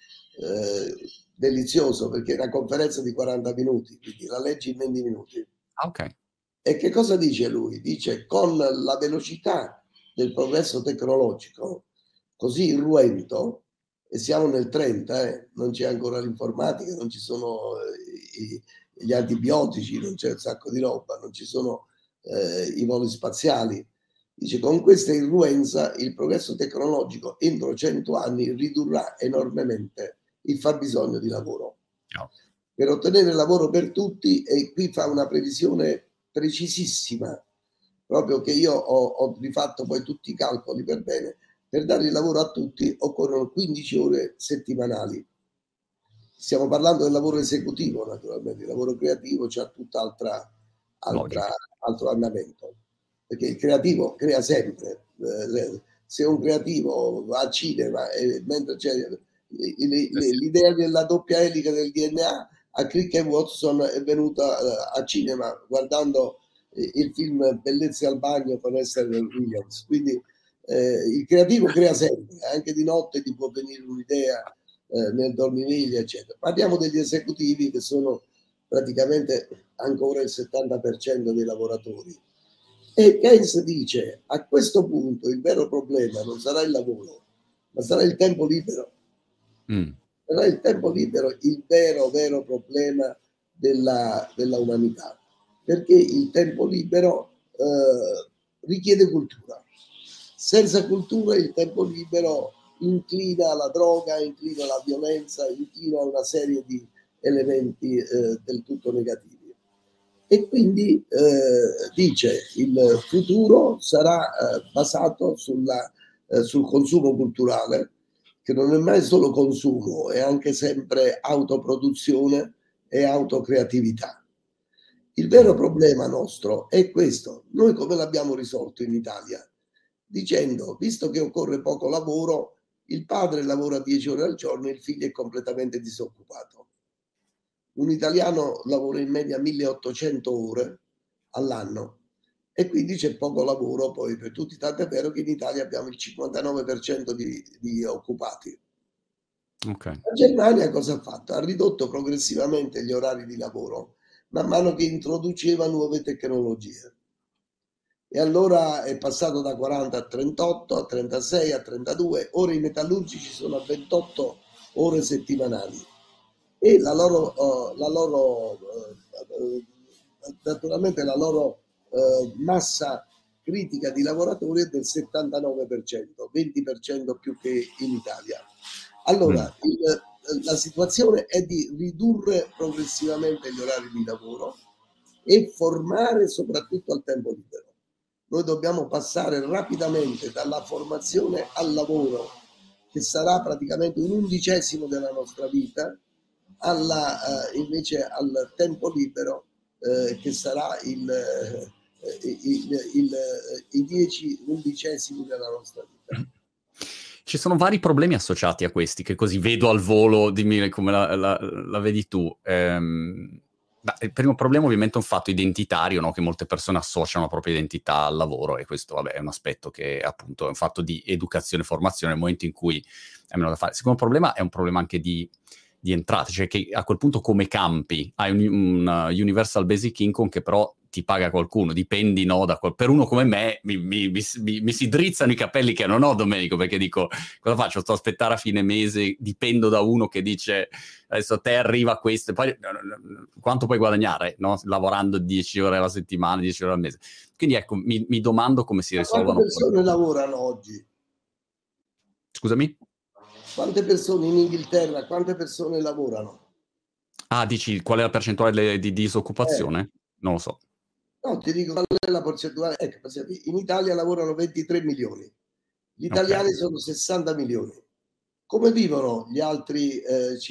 delizioso, perché è una conferenza di 40 minuti, quindi la leggi in 20 minuti. Ok. E che cosa dice lui? Dice con la velocità del progresso tecnologico così irruento, e siamo nel 30, non c'è ancora l'informatica, non ci sono gli antibiotici, non c'è un sacco di roba, non ci sono i voli spaziali. Dice con questa irruenza il progresso tecnologico entro 100 anni ridurrà enormemente il fabbisogno di lavoro. No. Per ottenere lavoro per tutti, e qui fa una previsione precisissima, proprio che io ho rifatto poi tutti i calcoli per bene. Per dare il lavoro a tutti occorrono 15 ore settimanali. Stiamo parlando del lavoro esecutivo, naturalmente, il lavoro creativo c'ha tutt'altro andamento, perché il creativo crea sempre. Se un creativo va al cinema mentre c'è l'idea della doppia elica del DNA, a Crick e Watson è venuta a cinema guardando il film Bellezze al bagno con Esther Williams. Quindi il creativo crea sempre, anche di notte ti può venire un'idea nel dormiveglia, eccetera. Parliamo degli esecutivi, che sono praticamente ancora il 70% dei lavoratori. E Keynes dice, a questo punto il vero problema non sarà il lavoro, ma sarà il tempo libero. Sarà il tempo libero il vero problema della umanità, perché il tempo libero richiede cultura. Senza cultura il tempo libero inclina alla droga, inclina alla violenza, inclina a una serie di elementi del tutto negativi. E quindi dice il futuro sarà basato sul consumo culturale, che non è mai solo consumo, è anche sempre autoproduzione e autocreatività. Il vero problema nostro è questo. Noi come l'abbiamo risolto in Italia? Dicendo, visto che occorre poco lavoro, il padre lavora 10 ore al giorno e il figlio è completamente disoccupato. Un italiano lavora in media 1800 ore all'anno e quindi c'è poco lavoro poi per tutti, tanto è vero che in Italia abbiamo il 59% di occupati. Okay. La Germania cosa ha fatto? Ha ridotto progressivamente gli orari di lavoro man mano che introduceva nuove tecnologie. E allora è passato da 40 a 38, a 36, a 32, ora i metallurgici sono a 28 ore settimanali e naturalmente la loro massa critica di lavoratori è del 79%, 20% più che in Italia. Allora, la situazione è di ridurre progressivamente gli orari di lavoro e formare soprattutto al tempo libero. Noi dobbiamo passare rapidamente dalla formazione al lavoro, che sarà praticamente un undicesimo della nostra vita, invece al tempo libero, che sarà i 10 undicesimi della nostra vita. Ci sono vari problemi associati a questi, che così vedo al volo, dimmi come la vedi tu. Il primo problema ovviamente è un fatto identitario, no? Che molte persone associano la propria identità al lavoro, e questo vabbè, è un aspetto che appunto è un fatto di educazione e formazione nel momento in cui è meno da fare. Il secondo problema è un problema anche di entrate, cioè che a quel punto come campi hai un Universal Basic Income che però ti paga qualcuno, dipendi, no, per uno come me mi si drizzano i capelli che non ho, Domenico, perché dico, cosa faccio? Sto a aspettare a fine mese, dipendo da uno che dice adesso a te arriva questo, e poi quanto puoi guadagnare, no? Lavorando 10 ore alla settimana, 10 ore al mese. Quindi ecco, mi domando come si risolvano. Quante persone lavorano oggi? Scusami? Quante persone in Inghilterra, quante persone lavorano? Ah, dici qual è la percentuale di disoccupazione? Non lo so. No, ti dico qual è la percentuale. Ecco, in Italia lavorano 23 milioni, gli italiani sono 60 milioni. Come vivono gli altri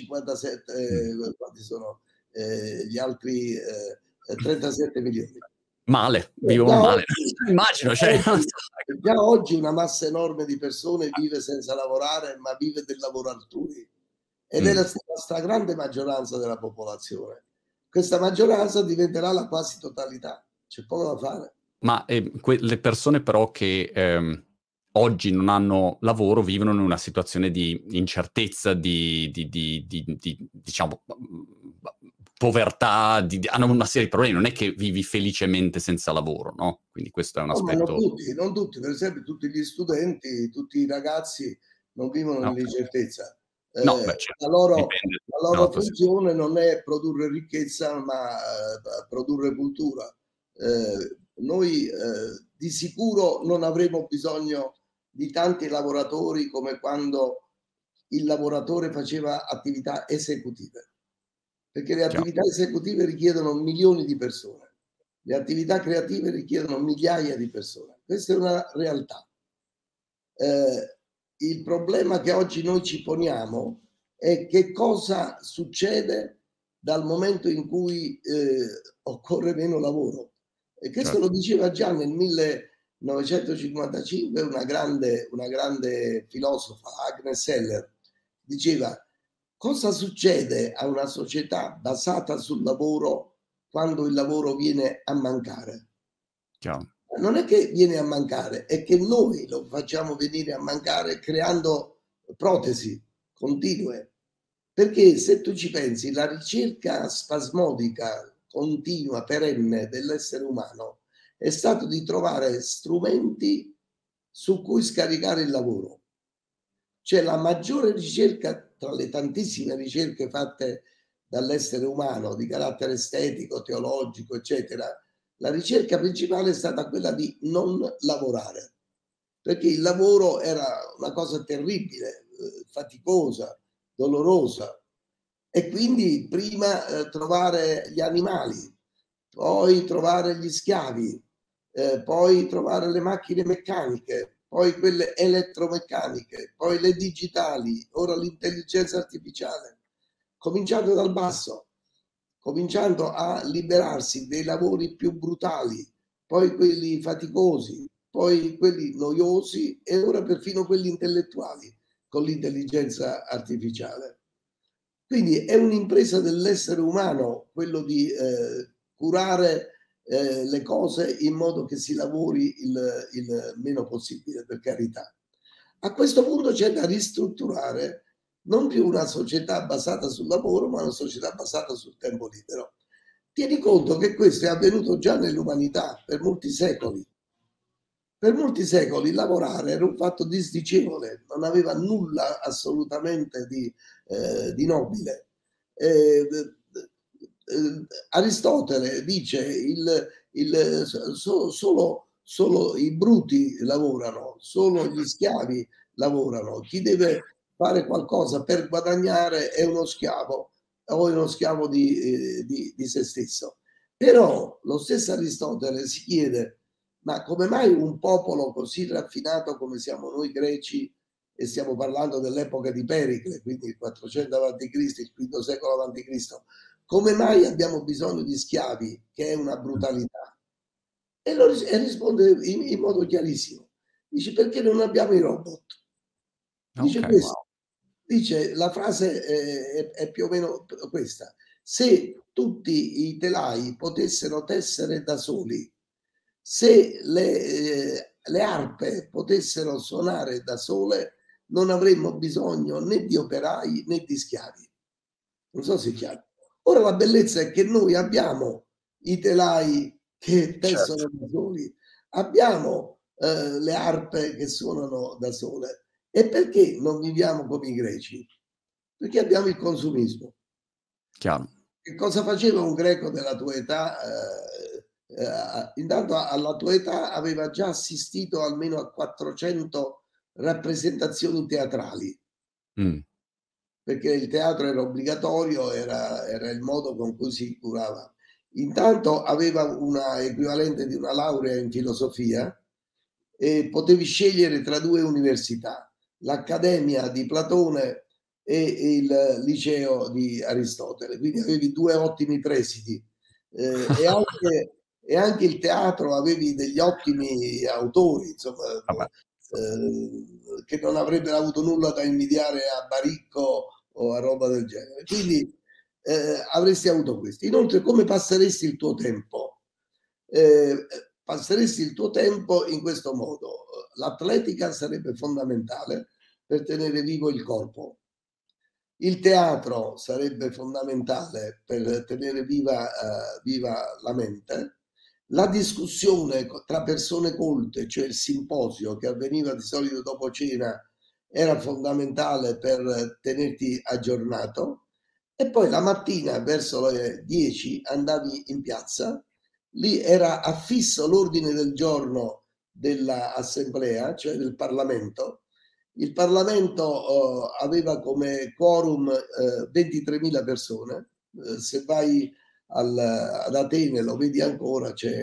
57, quanti sono? Gli altri 37 milioni? Male, vivono male. Immagino, cioè, già oggi una massa enorme di persone vive senza lavorare, ma vive del lavoro altrui. Ed è la stragrande maggioranza della popolazione. Questa maggioranza diventerà la quasi totalità. C'è poco da fare. Ma le persone però che oggi non hanno lavoro vivono in una situazione di incertezza, diciamo, povertà, hanno una serie di problemi. Non è che vivi felicemente senza lavoro, no? Quindi questo è un aspetto... Ma non tutti. Per esempio tutti gli studenti, tutti i ragazzi non vivono nell'incertezza. No, beh, certo. La loro funzione non è produrre ricchezza, ma produrre cultura. Noi di sicuro non avremo bisogno di tanti lavoratori come quando il lavoratore faceva attività esecutive, perché le attività esecutive richiedono milioni di persone, le attività creative richiedono migliaia di persone. Questa è una realtà. Il problema che oggi noi ci poniamo è che cosa succede dal momento in cui occorre meno lavoro. E questo lo diceva già nel 1955 una grande filosofa, Agnes Heller, diceva: cosa succede a una società basata sul lavoro quando il lavoro viene a mancare? Non è che viene a mancare, è che noi lo facciamo venire a mancare creando protesi continue. Perché se tu ci pensi, la ricerca spasmodica, continua, perenne dell'essere umano è stato di trovare strumenti su cui scaricare il lavoro. Cioè la maggiore ricerca tra le tantissime ricerche fatte dall'essere umano di carattere estetico, teologico, eccetera, la ricerca principale è stata quella di non lavorare, perché il lavoro era una cosa terribile, faticosa, dolorosa, e quindi prima trovare gli animali, poi trovare gli schiavi, poi trovare le macchine meccaniche, poi quelle elettromeccaniche, poi le digitali, ora l'intelligenza artificiale, cominciando dal basso, cominciando a liberarsi dei lavori più brutali, poi quelli faticosi, poi quelli noiosi e ora perfino quelli intellettuali con l'intelligenza artificiale. Quindi è un'impresa dell'essere umano quello di curare le cose in modo che si lavori il meno possibile, per carità. A questo punto c'è da ristrutturare non più una società basata sul lavoro, ma una società basata sul tempo libero. Tieni conto che questo è avvenuto già nell'umanità per molti secoli. per molti secoli lavorare era un fatto disdicevole, non aveva nulla assolutamente di nobile. Aristotele dice solo i bruti lavorano, solo gli schiavi lavorano, chi deve fare qualcosa per guadagnare è uno schiavo o è uno schiavo di se stesso. Però lo stesso Aristotele si chiede: ma come mai un popolo così raffinato come siamo noi greci, e stiamo parlando dell'epoca di Pericle, quindi il 400 a.C., il V secolo a.C., come mai abbiamo bisogno di schiavi, che è una brutalità? E risponde in modo chiarissimo. Dice: perché non abbiamo i robot? Dice Okay, questo. wow. Dice, la frase è più o meno questa: se tutti i telai potessero tessere da soli, se le arpe potessero suonare da sole, non avremmo bisogno né di operai né di schiavi. Non so se è chiaro. Ora la bellezza è che noi abbiamo i telai che tessono Certo. da soli, abbiamo le arpe che suonano da sole. E perché non viviamo come i greci? Perché abbiamo il consumismo. Chiaro. Che cosa faceva un greco della tua età? Intanto alla tua età aveva già assistito almeno a 400 rappresentazioni teatrali, perché il teatro era obbligatorio, era il modo con cui si curava. Intanto aveva una equivalente di una laurea in filosofia e potevi scegliere tra due università, l'Accademia di Platone e il liceo di Aristotele, quindi avevi due ottimi presidi e anche il teatro, avevi degli ottimi autori, insomma, Vabbè. che non avrebbero avuto nulla da invidiare a Baricco o a roba del genere. Quindi avresti avuto questo. Inoltre, come passeresti il tuo tempo? Passeresti il tuo tempo in questo modo. L'atletica sarebbe fondamentale per tenere vivo il corpo. Il teatro sarebbe fondamentale per tenere viva la mente. La discussione tra persone colte, cioè il simposio che avveniva di solito dopo cena, era fondamentale per tenerti aggiornato. E poi la mattina verso le 10 andavi in piazza, lì era affisso l'ordine del giorno dell'assemblea, cioè del Parlamento. Il Parlamento aveva come quorum 23.000 persone. Se vai ad Atene lo vedi ancora, c'è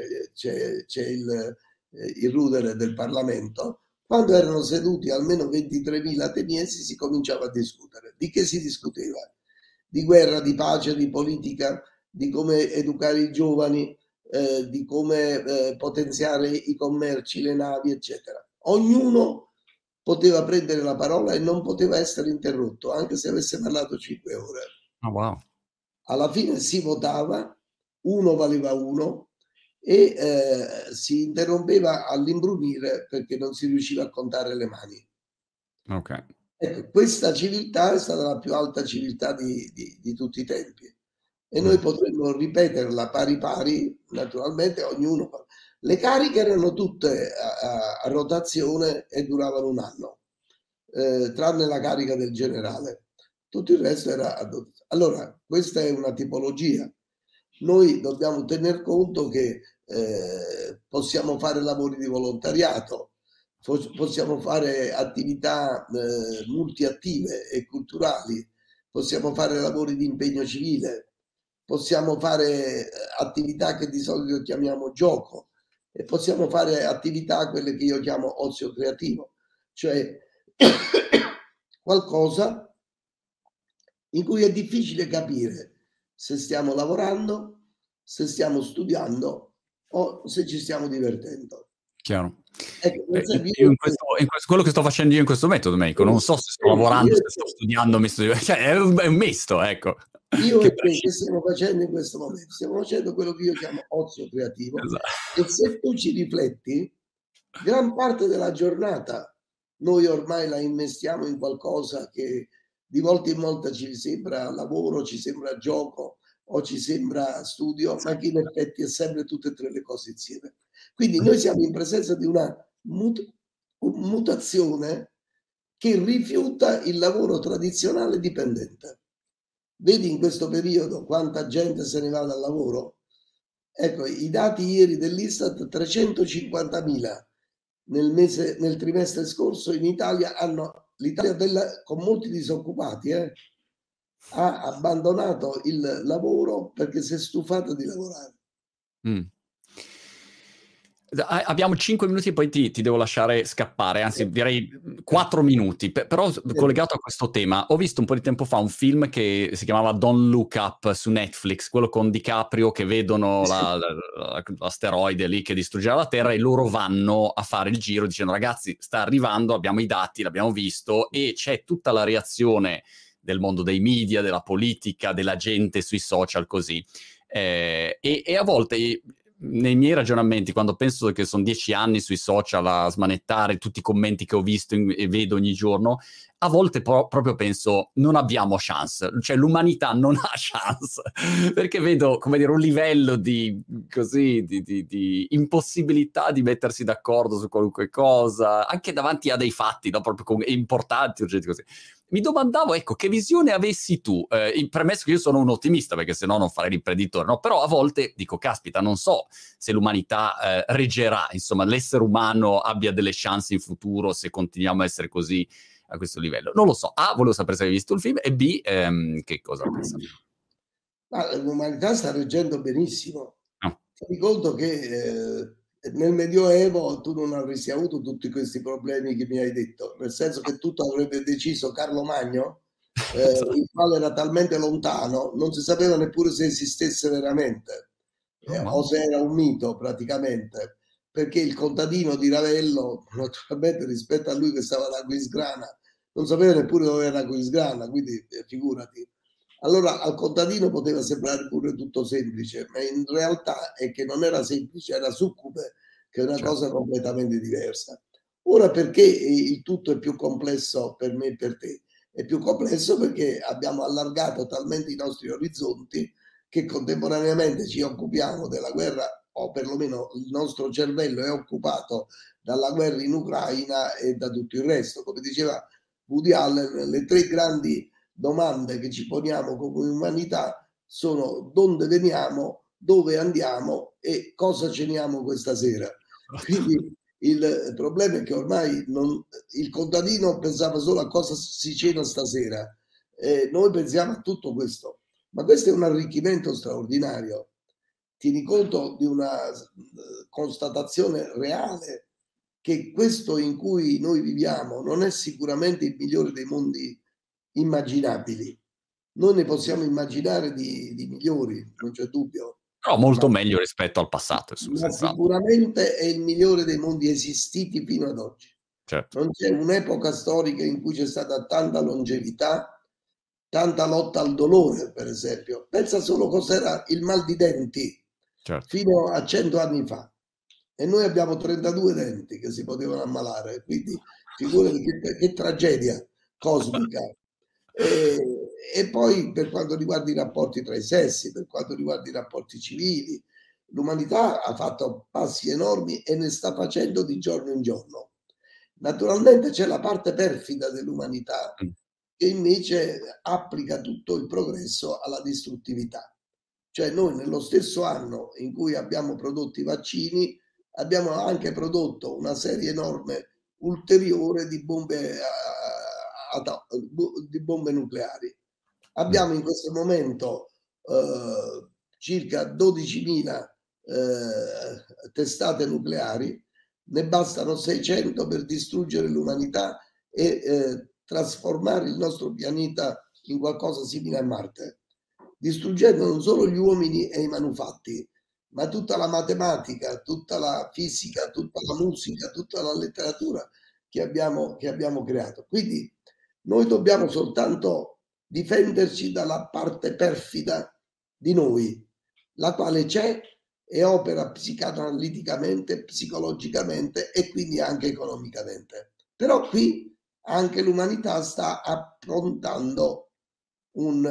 il rudere del Parlamento. Quando erano seduti almeno 23.000 ateniesi si cominciava a discutere. Di che si discuteva? Di guerra, di pace, di politica, di come educare i giovani, di come potenziare i commerci, le navi, eccetera. Ognuno poteva prendere la parola e non poteva essere interrotto, anche se avesse parlato 5 ore. Oh, wow. Alla fine si votava, uno valeva uno e si interrompeva all'imbrunire perché non si riusciva a contare le mani. Okay. Ecco, questa civiltà è stata la più alta civiltà di tutti i tempi e noi potremmo ripeterla pari pari, naturalmente ognuno. Le cariche erano tutte a rotazione e duravano un anno, tranne la carica del generale. Tutto il resto era adottato. Allora, questa è una tipologia. Noi dobbiamo tener conto che possiamo fare lavori di volontariato, possiamo fare attività multiattive e culturali, possiamo fare lavori di impegno civile, possiamo fare attività che di solito chiamiamo gioco e possiamo fare attività, quelle che io chiamo ozio creativo, cioè qualcosa in cui è difficile capire se stiamo lavorando, se stiamo studiando o se ci stiamo divertendo. Chiaro. Ecco, Io quello che sto facendo io in questo momento, Domenico, non so se sto lavorando, se sto studiando, cioè è un misto, ecco. Io e te che stiamo facendo in questo momento? Stiamo facendo quello che io chiamo ozio creativo. Esatto. E se tu ci rifletti, gran parte della giornata noi ormai la investiamo in qualcosa che di volta in volta ci sembra lavoro, ci sembra gioco o ci sembra studio, ma che in effetti è sempre tutte e tre le cose insieme. Quindi noi siamo in presenza di una mutazione che rifiuta il lavoro tradizionale dipendente. Vedi in questo periodo quanta gente se ne va dal lavoro? Ecco, i dati ieri dell'Istat, 350.000 nel trimestre scorso in Italia l'Italia con molti disoccupati ha abbandonato il lavoro perché si è stufata di lavorare. Abbiamo 5 minuti e poi ti devo lasciare scappare, anzi direi 4 minuti, però collegato a questo tema, ho visto un po' di tempo fa un film che si chiamava Don't Look Up su Netflix, quello con DiCaprio che vedono l'asteroide lì che distruggerà la Terra e loro vanno a fare il giro dicendo ragazzi sta arrivando, abbiamo i dati, l'abbiamo visto, e c'è tutta la reazione del mondo dei media, della politica, della gente sui social così. E a volte nei miei ragionamenti, quando penso che sono 10 anni sui social a smanettare tutti i commenti che ho visto e vedo ogni giorno, a volte proprio penso non abbiamo chance, cioè l'umanità non ha chance, perché vedo, come dire, un livello di impossibilità di mettersi d'accordo su qualunque cosa, anche davanti a dei fatti, no? Proprio importanti, urgenti così. Mi domandavo, ecco, che visione avessi tu, premesso che io sono un ottimista, perché sennò non farei l'imprenditore, no? Però a volte dico, caspita, non so se l'umanità reggerà, insomma, l'essere umano abbia delle chance in futuro se continuiamo a essere così a questo livello. Non lo so. A, volevo sapere se hai visto il film, e B, che cosa pensavi? L'umanità sta reggendo benissimo. No. Ti conto che nel Medioevo tu non avresti avuto tutti questi problemi che mi hai detto, nel senso che tutto avrebbe deciso Carlo Magno, il quale era talmente lontano, non si sapeva neppure se esistesse veramente, o se era un mito praticamente, perché il contadino di Ravello, naturalmente rispetto a lui che stava ad Aquisgrana, non sapeva neppure dove era Aquisgrana, quindi figurati. Allora al contadino poteva sembrare pure tutto semplice, ma in realtà è che non era semplice, era succube, che è una cosa completamente diversa. Ora perché il tutto è più complesso per me e per te? È più complesso perché abbiamo allargato talmente i nostri orizzonti che contemporaneamente ci occupiamo della guerra, o perlomeno il nostro cervello è occupato dalla guerra in Ucraina e da tutto il resto. Come diceva Woody Allen, le 3 grandi domande che ci poniamo come umanità sono: dove veniamo, dove andiamo e cosa ceniamo questa sera. Quindi il problema è che ormai il contadino pensava solo a cosa si cena stasera, noi pensiamo a tutto questo, ma questo è un arricchimento straordinario. Tieni conto di una constatazione reale, che questo in cui noi viviamo non è sicuramente il migliore dei mondi immaginabili. Noi ne possiamo immaginare di migliori, non c'è dubbio. Però molto meglio rispetto al passato, Ma sicuramente è il migliore dei mondi esistiti fino ad oggi. Certo. Non c'è un'epoca storica in cui c'è stata tanta longevità, tanta lotta al dolore, per esempio. Pensa solo cos'era il mal di denti fino a 100 anni fa. E noi abbiamo 32 denti che si potevano ammalare, quindi figurati che tragedia cosmica. E poi per quanto riguarda i rapporti tra i sessi, per quanto riguarda i rapporti civili, l'umanità ha fatto passi enormi e ne sta facendo di giorno in giorno. Naturalmente c'è la parte perfida dell'umanità che invece applica tutto il progresso alla distruttività. Cioè noi nello stesso anno in cui abbiamo prodotto i vaccini abbiamo anche prodotto una serie enorme ulteriore di bombe nucleari. Abbiamo in questo momento circa 12.000 testate nucleari, ne bastano 600 per distruggere l'umanità e trasformare il nostro pianeta in qualcosa simile a Marte, distruggendo non solo gli uomini e i manufatti, ma tutta la matematica, tutta la fisica, tutta la musica, tutta la letteratura che abbiamo creato. Quindi noi dobbiamo soltanto difenderci dalla parte perfida di noi, la quale c'è e opera psicanaliticamente, psicologicamente e quindi anche economicamente. Però qui anche l'umanità sta approntando un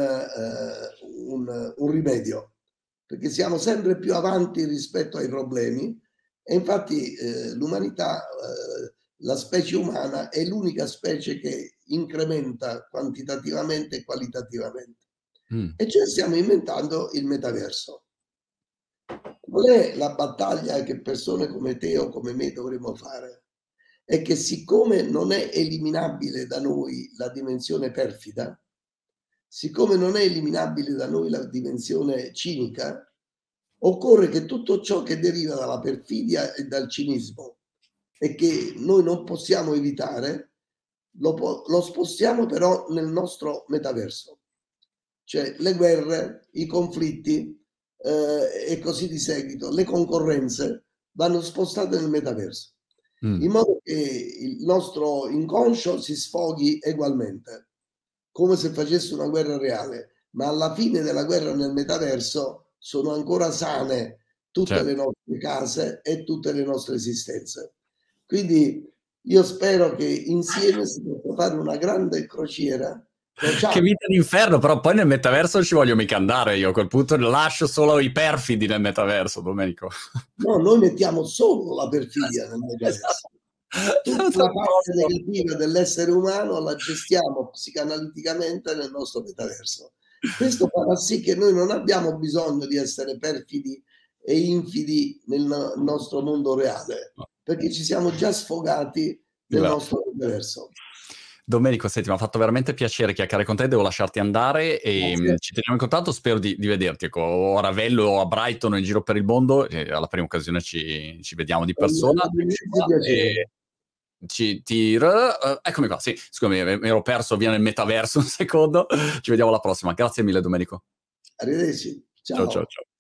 rimedio, perché siamo sempre più avanti rispetto ai problemi E infatti l'umanità, la specie umana è l'unica specie che incrementa quantitativamente e qualitativamente. E cioè stiamo inventando il metaverso. Qual è la battaglia che persone come te o come me dovremmo fare? È che siccome non è eliminabile da noi la dimensione perfida, siccome non è eliminabile da noi la dimensione cinica, occorre che tutto ciò che deriva dalla perfidia e dal cinismo e che noi non possiamo evitare, lo spostiamo però nel nostro metaverso. Cioè le guerre, i conflitti e così di seguito, le concorrenze vanno spostate nel metaverso, in modo che il nostro inconscio si sfoghi egualmente, come se facesse una guerra reale, ma alla fine della guerra nel metaverso sono ancora sane tutte le nostre case e tutte le nostre esistenze. Quindi io spero che insieme si possa fare una grande crociera. Che vita d'inferno, però poi nel metaverso non ci voglio mica andare io, a quel punto lascio solo i perfidi nel metaverso, Domenico. No, noi mettiamo solo la perfidia nel metaverso. Tutta la parte negativa dell'essere umano la gestiamo psicanaliticamente nel nostro metaverso. Questo farà sì che noi non abbiamo bisogno di essere perfidi e infidi nel nostro mondo reale, perché ci siamo già sfogati nel nostro metaverso. Domenico, senti, mi ha fatto veramente piacere chiacchierare con te, devo lasciarti andare e ci teniamo in contatto, spero di vederti, ecco, o a Ravello o a Brighton o in giro per il mondo, e alla prima occasione ci vediamo di persona. Eccomi qua, sì, scusami, mi ero perso via nel metaverso un secondo, ci vediamo alla prossima, grazie mille Domenico. Arrivederci, ciao. Ciao ciao ciao.